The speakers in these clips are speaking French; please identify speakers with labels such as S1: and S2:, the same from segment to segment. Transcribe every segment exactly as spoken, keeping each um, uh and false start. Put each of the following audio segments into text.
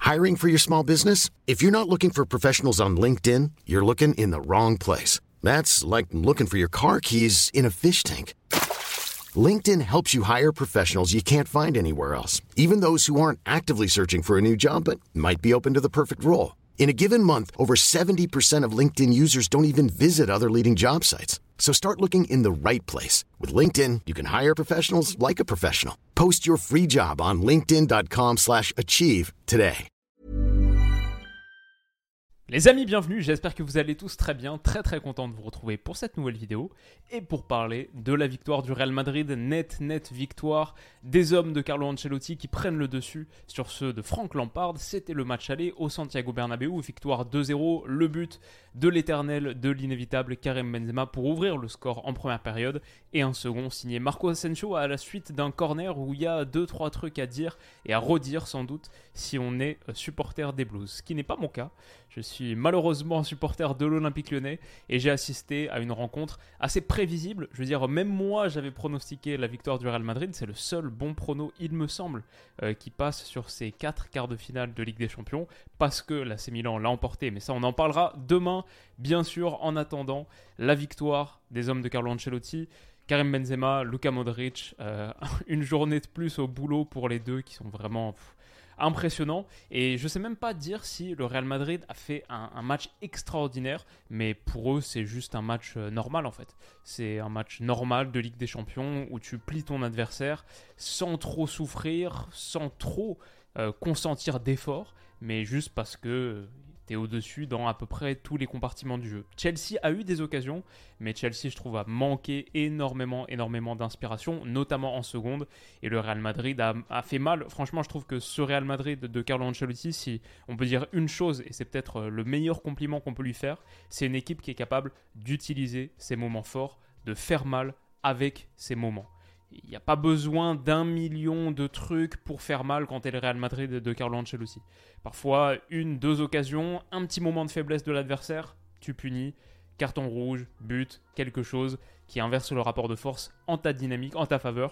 S1: Hiring for your small business? If you're not looking for professionals on LinkedIn, you're looking in the wrong place. That's like looking for your car keys in a fish tank. LinkedIn helps you hire professionals you can't find anywhere else, even those who aren't actively searching for a new job but might be open to the perfect role. In a given month, over seventy percent of LinkedIn users don't even visit other leading job sites. So start looking in the right place. With LinkedIn, you can hire professionals like a professional. Post your free job on linkedin dot com slash achieve today.
S2: Les amis, bienvenue, j'espère que vous allez tous très bien, très très content de vous retrouver pour cette nouvelle vidéo et pour parler de la victoire du Real Madrid, net net victoire des hommes de Carlo Ancelotti qui prennent le dessus sur ceux de Frank Lampard. C'était le match aller au Santiago Bernabéu, victoire deux zéro, le but de l'éternel, de l'inévitable Karim Benzema pour ouvrir le score en première période et un second signé Marco Asensio à la suite d'un corner où il y a deux trois trucs à dire et à redire sans doute si on est supporter des Blues, ce qui n'est pas mon cas. Je suis malheureusement supporter de l'Olympique Lyonnais et j'ai assisté à une rencontre assez prévisible. Je veux dire, même moi j'avais pronostiqué la victoire du Real Madrid, c'est le seul bon prono, il me semble, euh, qui passe sur ces quatre quarts de finale de Ligue des Champions parce que l'A C Milan l'a emporté, mais ça on en parlera demain, bien sûr. En attendant, la victoire des hommes de Carlo Ancelotti, Karim Benzema, Luka Modric, euh, une journée de plus au boulot pour les deux qui sont vraiment... Pff, impressionnant, et je sais même pas dire si le Real Madrid a fait un, un match extraordinaire, mais pour eux c'est juste un match euh, normal en fait. C'est un match normal de Ligue des Champions où tu plies ton adversaire sans trop souffrir, sans trop euh, consentir d'efforts, mais juste parce que t'es au-dessus dans à peu près tous les compartiments du jeu. Chelsea a eu des occasions, mais Chelsea, je trouve, a manqué énormément, énormément d'inspiration, notamment en seconde, et le Real Madrid a, a fait mal. Franchement, je trouve que ce Real Madrid de Carlo Ancelotti, si on peut dire une chose, et c'est peut-être le meilleur compliment qu'on peut lui faire, c'est une équipe qui est capable d'utiliser ses moments forts, de faire mal avec ses moments. Il n'y a pas besoin d'un million de trucs pour faire mal quand t'es le Real Madrid de Carlo Ancelotti. Parfois, une, deux occasions, un petit moment de faiblesse de l'adversaire, tu punis, carton rouge, but, quelque chose qui inverse le rapport de force en ta dynamique, en ta faveur.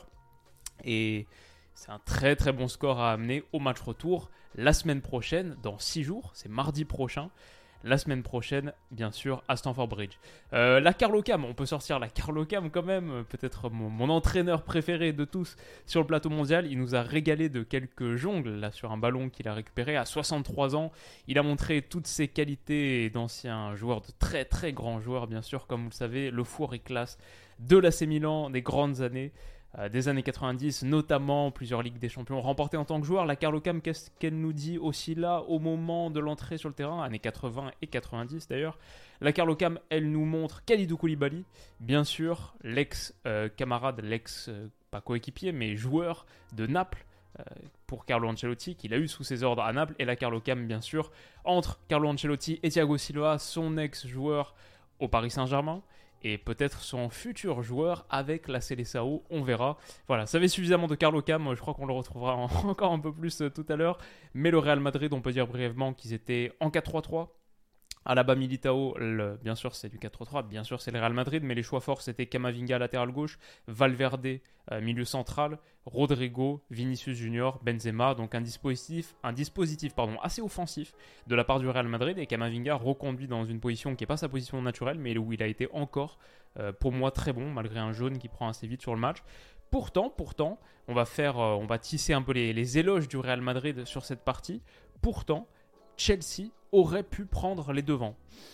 S2: Et c'est un très très bon score à amener au match retour la semaine prochaine, dans six jours, c'est mardi prochain. La semaine prochaine, bien sûr, à Stamford Bridge. Euh, la Carlo Cam, on peut sortir la Carlo Cam quand même, peut-être mon, mon entraîneur préféré de tous sur le plateau mondial. Il nous a régalé de quelques jongles là sur un ballon qu'il a récupéré à soixante-trois ans. Il a montré toutes ses qualités d'ancien joueur, de très très grand joueur, bien sûr, comme vous le savez, le four et classe de l'A C Milan des grandes années. Euh, des années quatre-vingt-dix, notamment plusieurs Ligues des Champions remportées en tant que joueur. La Carlo Cam, qu'est-ce qu'elle nous dit aussi là au moment de l'entrée sur le terrain, années quatre-vingts et quatre-vingt-dix d'ailleurs. La Carlo Cam, elle nous montre Kalidou Koulibaly, bien sûr, l'ex-camarade, l'ex, euh, pas coéquipier, mais joueur de Naples euh, pour Carlo Ancelotti, qu'il a eu sous ses ordres à Naples. Et la Carlo Cam, bien sûr, entre Carlo Ancelotti et Thiago Silva, son ex-joueur au Paris Saint-Germain. Et peut-être son futur joueur avec la Seleção, on verra. Voilà, ça fait suffisamment de Carlo Cam, je crois qu'on le retrouvera en, encore un peu plus euh, tout à l'heure. Mais le Real Madrid, on peut dire brièvement qu'ils étaient en quatre trois trois. Alaba Militao, le, bien sûr c'est du quatre trois trois, bien sûr c'est le Real Madrid, mais les choix forts c'était Camavinga latéral gauche, Valverde euh, milieu central, Rodrigo, Vinicius Junior, Benzema, donc un dispositif, un dispositif pardon, assez offensif de la part du Real Madrid, et Camavinga reconduit dans une position qui n'est pas sa position naturelle, mais où il a été encore euh, pour moi très bon, malgré un jaune qui prend assez vite sur le match. Pourtant, pourtant, on va faire, euh, on va tisser un peu les, les éloges du Real Madrid sur cette partie. Pourtant, Chelsea aurait pu prendre les devants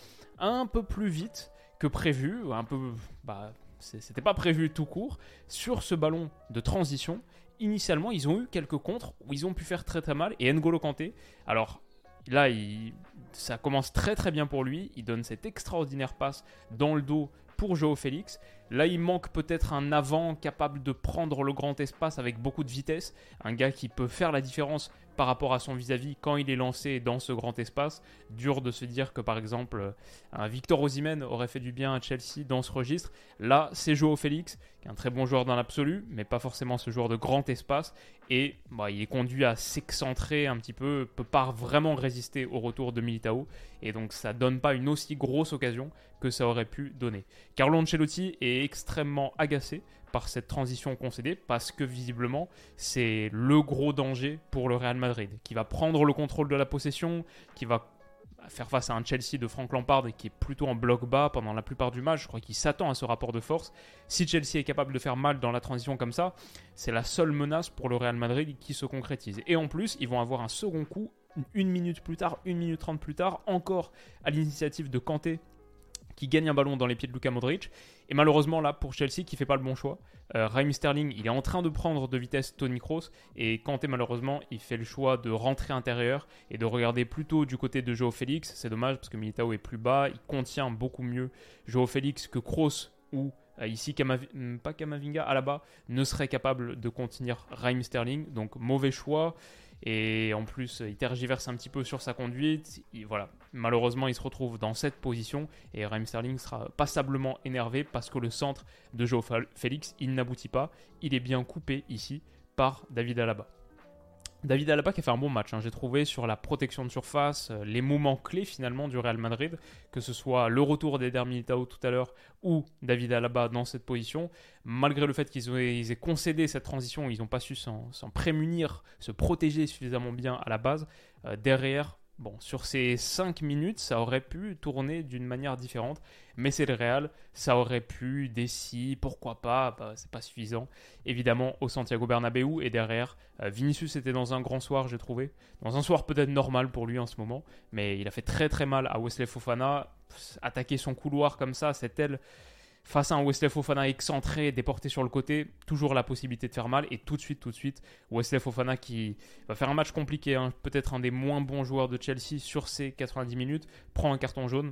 S2: un peu plus vite que prévu, un peu, bah, c'était pas prévu tout court, sur ce ballon de transition. Initialement, ils ont eu quelques contres où ils ont pu faire très très mal, et N'Golo Kanté, alors là, il, ça commence très très bien pour lui, il donne cette extraordinaire passe dans le dos pour João Félix. Là, il manque peut-être un avant capable de prendre le grand espace avec beaucoup de vitesse. Un gars qui peut faire la différence par rapport à son vis-à-vis quand il est lancé dans ce grand espace. Dur de se dire que, par exemple, un Victor Osimhen aurait fait du bien à Chelsea dans ce registre. Là, c'est João Félix, qui est un très bon joueur dans l'absolu, mais pas forcément ce joueur de grand espace. et bah, il est conduit à s'excentrer un petit peu, ne peut pas vraiment résister au retour de Militao, et donc ça ne donne pas une aussi grosse occasion que ça aurait pu donner. Carlo Ancelotti est extrêmement agacé par cette transition concédée, parce que visiblement c'est le gros danger pour le Real Madrid, qui va prendre le contrôle de la possession, qui va faire face à un Chelsea de Frank Lampard qui est plutôt en bloc bas pendant la plupart du match. Je crois qu'il s'attend à ce rapport de force. Si Chelsea est capable de faire mal dans la transition comme ça, c'est la seule menace pour le Real Madrid qui se concrétise. Et en plus, ils vont avoir un second coup, une minute plus tard, une minute trente plus tard, encore à l'initiative de Kanté, qui gagne un ballon dans les pieds de Luka Modric. Et malheureusement, là, pour Chelsea, qui ne fait pas le bon choix, euh, Raheem Sterling, il est en train de prendre de vitesse Toni Kroos, et Kanté, malheureusement, il fait le choix de rentrer intérieur et de regarder plutôt du côté de Joao Félix. C'est dommage, parce que Militao est plus bas, il contient beaucoup mieux Joao Félix que Kroos, ou euh, ici, Kamav- pas Kamavinga, Alaba, ne serait capable de contenir Raheem Sterling. Donc, mauvais choix. Et en plus, il tergiverse un petit peu sur sa conduite. Il, voilà. Malheureusement, il se retrouve dans cette position et Raheem Sterling sera passablement énervé parce que le centre de Joao Félix, il n'aboutit pas. Il est bien coupé ici par David Alaba. David Alaba qui a fait un bon match, hein, j'ai trouvé, sur la protection de surface, euh, les moments clés finalement du Real Madrid, que ce soit le retour d'Eder Militao tout à l'heure ou David Alaba dans cette position. Malgré le fait qu'ils aient, ils aient concédé cette transition, ils n'ont pas su s'en, s'en prémunir, se protéger suffisamment bien à la base. Euh, derrière, bon, sur ces cinq minutes, ça aurait pu tourner d'une manière différente, mais c'est le Real, ça aurait pu, des si, pourquoi pas, bah, c'est pas suffisant. Évidemment, au Santiago Bernabéu, et derrière, euh, Vinicius était dans un grand soir, j'ai trouvé. Dans un soir peut-être normal pour lui en ce moment, mais il a fait très très mal à Wesley Fofana. Attaquer son couloir comme ça, cette aile face à un Wesley Fofana excentré, déporté sur le côté, toujours la possibilité de faire mal. Et tout de suite, tout de suite, Wesley Fofana qui va faire un match compliqué, hein, peut-être un des moins bons joueurs de Chelsea sur ces quatre-vingt-dix minutes, prend un carton jaune.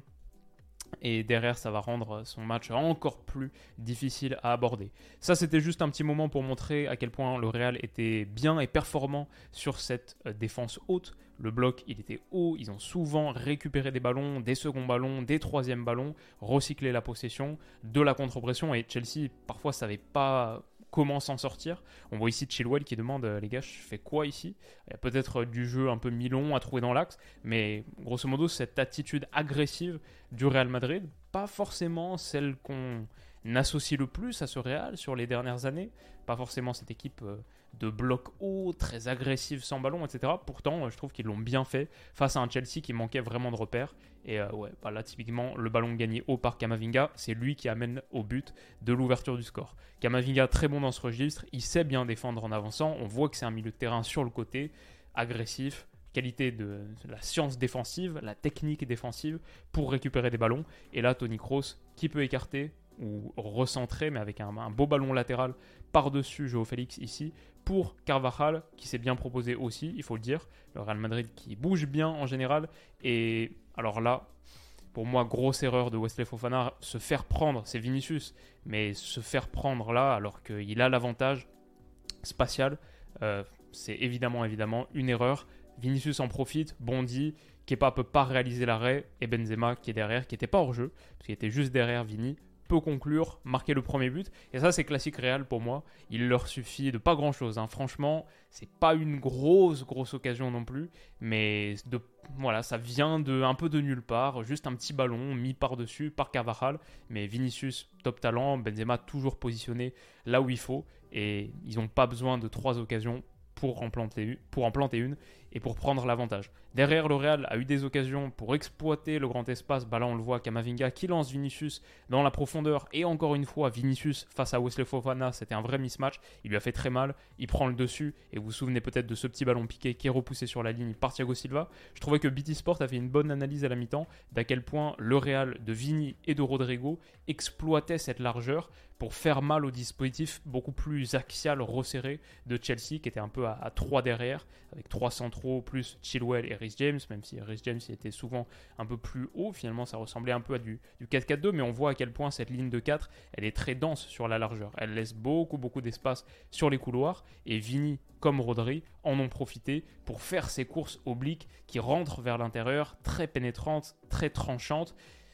S2: Et derrière, ça va rendre son match encore plus difficile à aborder. Ça, c'était juste un petit moment pour montrer à quel point le Real était bien et performant sur cette défense haute. Le bloc, il était haut. Ils ont souvent récupéré des ballons, des seconds ballons, des troisièmes ballons, recyclé la possession, de la contre-pression. Et Chelsea, parfois, ne savait pas comment s'en sortir. On voit ici Chilwell qui demande euh, les gars, je fais quoi ici? Il y a peut-être du jeu un peu mi-long à trouver dans l'axe, mais grosso modo, cette attitude agressive du Real Madrid, pas forcément celle qu'on associe le plus à ce Real sur les dernières années, pas forcément cette équipe euh, de bloc haut, très agressive sans ballon, et cetera. Pourtant, euh, je trouve qu'ils l'ont bien fait face à un Chelsea qui manquait vraiment de repères. Et euh, ouais, bah là, typiquement, le ballon gagné haut par Camavinga, c'est lui qui amène au but de l'ouverture du score. Camavinga, très bon dans ce registre, il sait bien défendre en avançant. On voit que c'est un milieu de terrain sur le côté, agressif, qualité de, de la science défensive, la technique défensive pour récupérer des ballons. Et là, Toni Kroos qui peut écarter ou recentrer, mais avec un, un beau ballon latéral par-dessus Joao Félix ici, pour Carvajal, qui s'est bien proposé aussi, il faut le dire. Le Real Madrid qui bouge bien en général. Et alors là, pour moi, grosse erreur de Wesley Fofana, se faire prendre, c'est Vinicius, mais se faire prendre là, alors qu'il a l'avantage spatial, euh, c'est évidemment, évidemment une erreur. Vinicius en profite, bondit, Kepa ne peut pas réaliser l'arrêt, et Benzema qui est derrière, qui n'était pas hors jeu, parce qu'il était juste derrière Vini, peut conclure, marquer le premier but. Et ça, c'est classique Real pour moi. Il leur suffit de pas grand-chose. Hein. Franchement, c'est pas une grosse, grosse occasion non plus. Mais de, voilà, ça vient de, un peu de nulle part. Juste un petit ballon mis par-dessus par Carvajal. Mais Vinicius, top talent. Benzema, toujours positionné là où il faut. Et ils n'ont pas besoin de trois occasions pour en planter, pour en planter une et pour prendre l'avantage. Derrière, le Real a eu des occasions pour exploiter le grand espace. Bah là, on le voit, Camavinga qui lance Vinicius dans la profondeur. Et encore une fois, Vinicius face à Wesley Fofana, c'était un vrai mismatch. Il lui a fait très mal. Il prend le dessus. Et vous vous souvenez peut-être de ce petit ballon piqué qui est repoussé sur la ligne par Thiago Silva. Je trouvais que B T Sport a fait une bonne analyse à la mi-temps d'à quel point le Real de Vini et de Rodrigo exploitait cette largeur pour faire mal au dispositif beaucoup plus axial, resserré de Chelsea, qui était un peu à, à trois derrière, avec trois centraux plus Chilwell et Reece James, même si Reece James était souvent un peu plus haut. Finalement, ça ressemblait un peu à du, du quatre quatre deux, mais on voit à quel point cette ligne de quatre, elle est très dense sur la largeur. Elle laisse beaucoup, beaucoup d'espace sur les couloirs, et Vini, comme Rodri, en ont profité pour faire ces courses obliques qui rentrent vers l'intérieur, très pénétrantes, très tranchantes.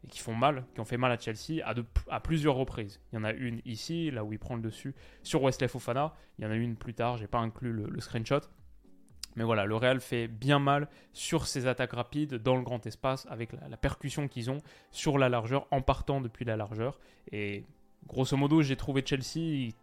S2: et qui font mal, qui ont fait mal à Chelsea à, de, à plusieurs reprises. Il y en a une ici, là où il prend le dessus, sur Wesley Fofana. Il y en a une plus tard, je n'ai pas inclus le, le screenshot. Mais voilà, le Real fait bien mal sur ses attaques rapides dans le grand espace avec la, la percussion qu'ils ont sur la largeur en partant depuis la largeur. Et grosso modo, j'ai trouvé Chelsea... Il,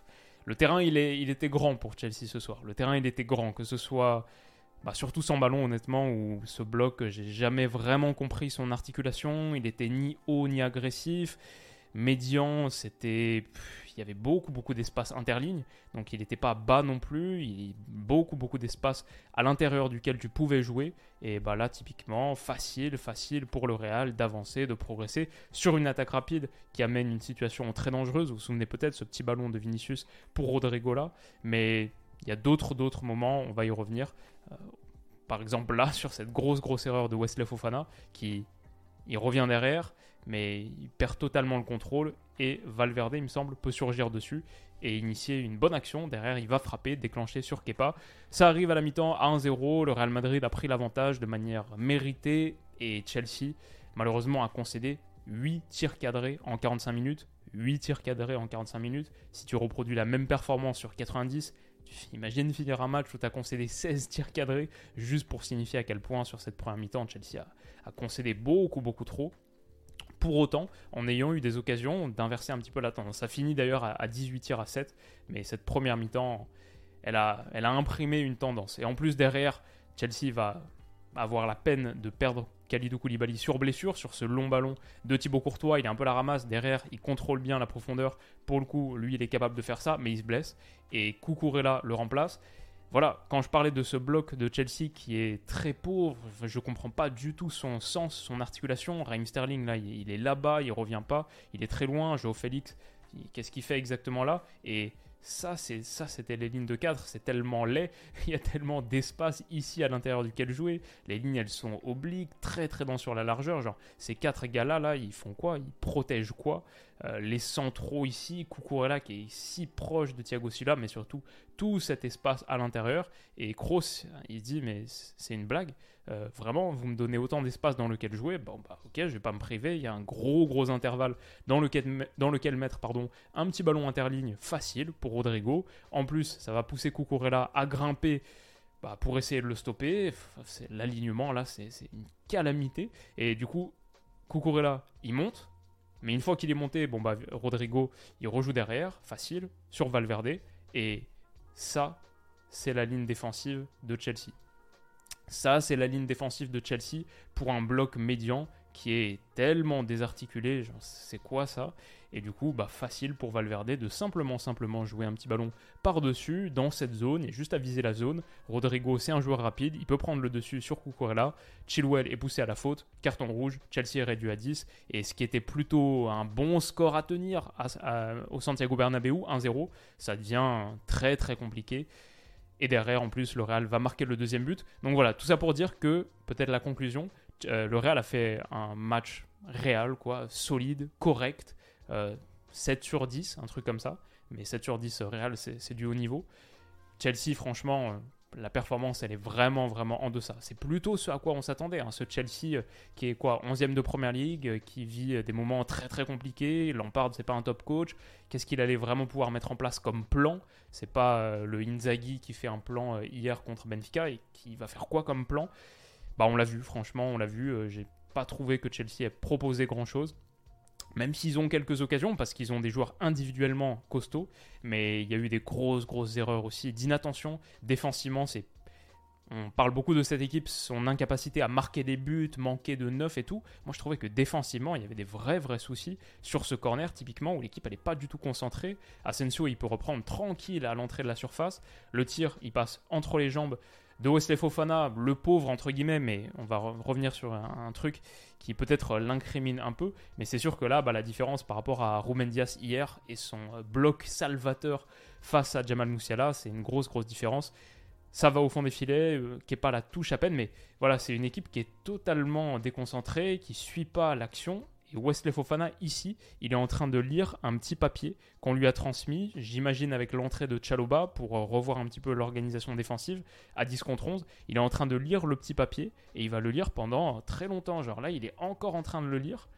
S2: le terrain, il, est, il était grand pour Chelsea ce soir. Le terrain, il était grand, que ce soit... Bah, surtout sans ballon, honnêtement, où ce bloc, j'ai jamais vraiment compris son articulation. Il était ni haut ni agressif. Médian, c'était... Il y avait beaucoup, beaucoup d'espace interligne. Donc, il n'était pas bas non plus. Il y a beaucoup, beaucoup d'espace à l'intérieur duquel tu pouvais jouer. Et bah, là, typiquement, facile, facile pour le Real d'avancer, de progresser sur une attaque rapide qui amène une situation très dangereuse. Vous vous souvenez peut-être ce petit ballon de Vinicius pour Rodrigo là. Mais... il y a d'autres, d'autres moments, on va y revenir. Euh, par exemple, là, sur cette grosse, grosse erreur de Wesley Fofana, qui il revient derrière, mais il perd totalement le contrôle. Et Valverde, il me semble, peut surgir dessus et initier une bonne action. Derrière, il va frapper, déclencher sur Kepa. Ça arrive à la mi-temps à un zéro. Le Real Madrid a pris l'avantage de manière méritée. Et Chelsea, malheureusement, a concédé huit tirs cadrés en quarante-cinq minutes. huit tirs cadrés en quarante-cinq minutes. Si tu reproduis la même performance sur quatre-vingt-dix... imagine finir un match où tu as concédé seize tirs cadrés, juste pour signifier à quel point sur cette première mi-temps, Chelsea a, a concédé beaucoup, beaucoup trop. Pour autant, en ayant eu des occasions d'inverser un petit peu la tendance. Ça finit d'ailleurs à, à dix-huit tirs à sept, mais cette première mi-temps, elle a, elle a imprimé une tendance. Et en plus, derrière, Chelsea va avoir la peine de perdre Kalidou Koulibaly sur blessure, sur ce long ballon de Thibaut Courtois. Il est un peu la ramasse, derrière, il contrôle bien la profondeur. Pour le coup, lui, il est capable de faire ça, mais il se blesse. Et Cucurella le remplace. Voilà, quand je parlais de ce bloc de Chelsea qui est très pauvre, je ne comprends pas du tout son sens, son articulation. Raheem Sterling, là, il est là-bas, il ne revient pas, il est très loin. Joao Félix, qu'est-ce qu'il fait exactement là? Et ça, c'est, ça, c'était les lignes de cadre, c'est tellement laid, il y a tellement d'espace ici à l'intérieur duquel jouer. Les lignes, elles sont obliques, très très denses sur la largeur. Genre, ces quatre gars-là, là, ils font quoi? Ils protègent quoi? euh, Les centraux ici, Cucurella qui est si proche de Thiago Silva, mais surtout tout cet espace à l'intérieur. Et Kroos, il se dit, mais c'est une blague. Euh, vraiment, vous me donnez autant d'espace dans lequel jouer, bon bah ok, je vais pas me priver. Il y a un gros gros intervalle dans lequel, dans lequel mettre pardon, un petit ballon interligne facile pour Rodrigo. En plus, ça va pousser Cucurella à grimper bah, pour essayer de le stopper. C'est, l'alignement là, c'est, c'est une calamité. Et du coup, Cucurella, il monte. Mais une fois qu'il est monté, bon bah Rodrigo, il rejoue derrière, facile, sur Valverde. Et ça, c'est la ligne défensive de Chelsea. Ça, c'est la ligne défensive de Chelsea pour un bloc médian qui est tellement désarticulé. Genre, c'est quoi ça? Et du coup, bah, facile pour Valverde de simplement, simplement jouer un petit ballon par-dessus dans cette zone et juste à viser la zone. Rodrigo, c'est un joueur rapide. Il peut prendre le dessus sur Cucurella. Chilwell est poussé à la faute. Carton rouge. Chelsea est réduit à dix. Et ce qui était plutôt un bon score à tenir à, à, au Santiago Bernabéu, un zéro, ça devient très, très compliqué. Et derrière, en plus, le Real va marquer le deuxième but. Donc voilà, tout ça pour dire que, peut-être la conclusion, euh, le Real a fait un match réel, quoi, solide, correct, euh, sept sur dix, un truc comme ça. Mais sept sur dix, Real, c'est, c'est du haut niveau. Chelsea, franchement, euh, la performance, elle est vraiment, vraiment en deçà. C'est plutôt ce à quoi on s'attendait. Hein. Ce Chelsea euh, qui est quoi, onzième de Première Ligue, euh, qui vit euh, des moments très, très compliqués. Lampard, c'est pas un top coach. Qu'est-ce qu'il allait vraiment pouvoir mettre en place comme plan? C'est pas euh, le Inzaghi qui fait un plan euh, hier contre Benfica et qui va faire quoi comme plan? Bah, on l'a vu, franchement, on l'a vu. Euh, j'ai pas trouvé que Chelsea ait proposé grand-chose. Même s'ils ont quelques occasions, parce qu'ils ont des joueurs individuellement costauds, mais il y a eu des grosses, grosses erreurs aussi, d'inattention. Défensivement, c'est... on parle beaucoup de cette équipe, son incapacité à marquer des buts, manquer de neuf et tout. Moi, je trouvais que défensivement, il y avait des vrais, vrais soucis sur ce corner, typiquement, où l'équipe n'est pas du tout concentrée. Asensio, il peut reprendre tranquille à l'entrée de la surface. Le tir, il passe entre les jambes de Wesley Fofana, le pauvre entre guillemets, mais on va re- revenir sur un, un truc qui peut-être l'incrimine un peu, mais c'est sûr que là, bah, la différence par rapport à Ruben Dias hier et son euh, bloc salvateur face à Jamal Musiala, c'est une grosse, grosse différence. Ça va au fond des filets, euh, Kepa la touche à peine, mais voilà, c'est une équipe qui est totalement déconcentrée, qui ne suit pas l'action. Et Wesley Fofana, ici, il est en train de lire un petit papier qu'on lui a transmis, j'imagine avec l'entrée de Chalobah, pour revoir un petit peu l'organisation défensive, à dix contre onze. Il est en train de lire le petit papier, et il va le lire pendant très longtemps. Genre là, il est encore en train de le lire,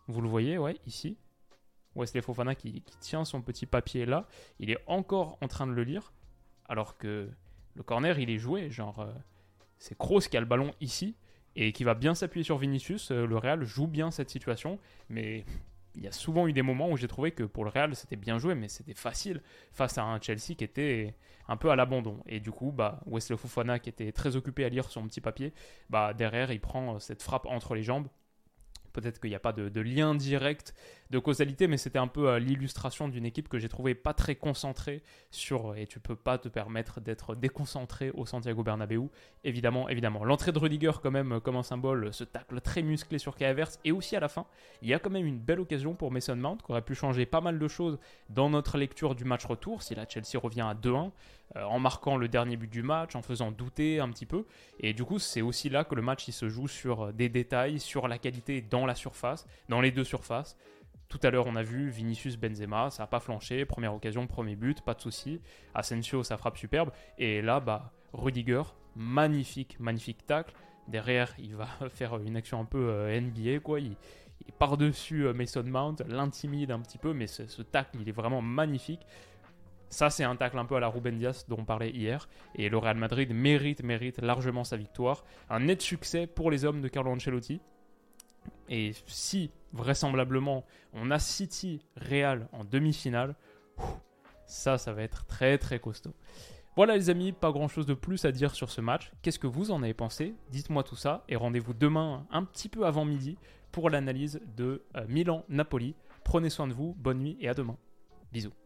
S2: Vous le voyez, ouais, ici. Wesley Fofana qui, qui tient son petit papier là. Il est encore en train de le lire. Alors que le corner, il est joué. Genre, euh, c'est Kroos qui a le ballon ici et qui va bien s'appuyer sur Vinicius. Euh, le Real joue bien cette situation. Mais il y a souvent eu des moments où j'ai trouvé que pour le Real, c'était bien joué, mais c'était facile face à un Chelsea qui était un peu à l'abandon. Et du coup, bah, Wesley Fofana, qui était très occupé à lire son petit papier, bah, derrière, il prend cette frappe entre les jambes. Peut-être qu'il n'y a pas de, de lien direct de causalité, mais c'était un peu euh, l'illustration d'une équipe que j'ai trouvé pas très concentrée sur, et tu peux pas te permettre d'être déconcentré au Santiago Bernabéu, évidemment, évidemment. L'entrée de Rudiger quand même comme un symbole, ce tacle très musclé sur Kai Havertz, et aussi à la fin, il y a quand même une belle occasion pour Mason Mount, qui aurait pu changer pas mal de choses dans notre lecture du match retour, si la Chelsea revient à deux un, euh, en marquant le dernier but du match, en faisant douter un petit peu, et du coup c'est aussi là que le match il se joue sur des détails, sur la qualité dans la surface, dans les deux surfaces. Tout à l'heure, on a vu Vinicius Benzema, ça n'a pas flanché, première occasion, premier but, pas de souci. Asensio, ça frappe superbe. Et là, bah, Rudiger, magnifique, magnifique tacle. Derrière, il va faire une action un peu euh, N B A, quoi. Il, il est par-dessus euh, Mason Mount, l'intimide un petit peu, mais ce, ce tacle, il est vraiment magnifique. Ça, c'est un tacle un peu à la Ruben Dias dont on parlait hier. Et le Real Madrid mérite, mérite largement sa victoire. Un net succès pour les hommes de Carlo Ancelotti. Et si, vraisemblablement, on a City Real en demi-finale, ça, ça va être très très costaud. Voilà les amis, pas grand chose de plus à dire sur ce match. Qu'est-ce que vous en avez pensé? Dites-moi tout ça et rendez-vous demain un petit peu avant midi pour l'analyse de euh, Milan-Napoli. Prenez soin de vous, bonne nuit et à demain. Bisous.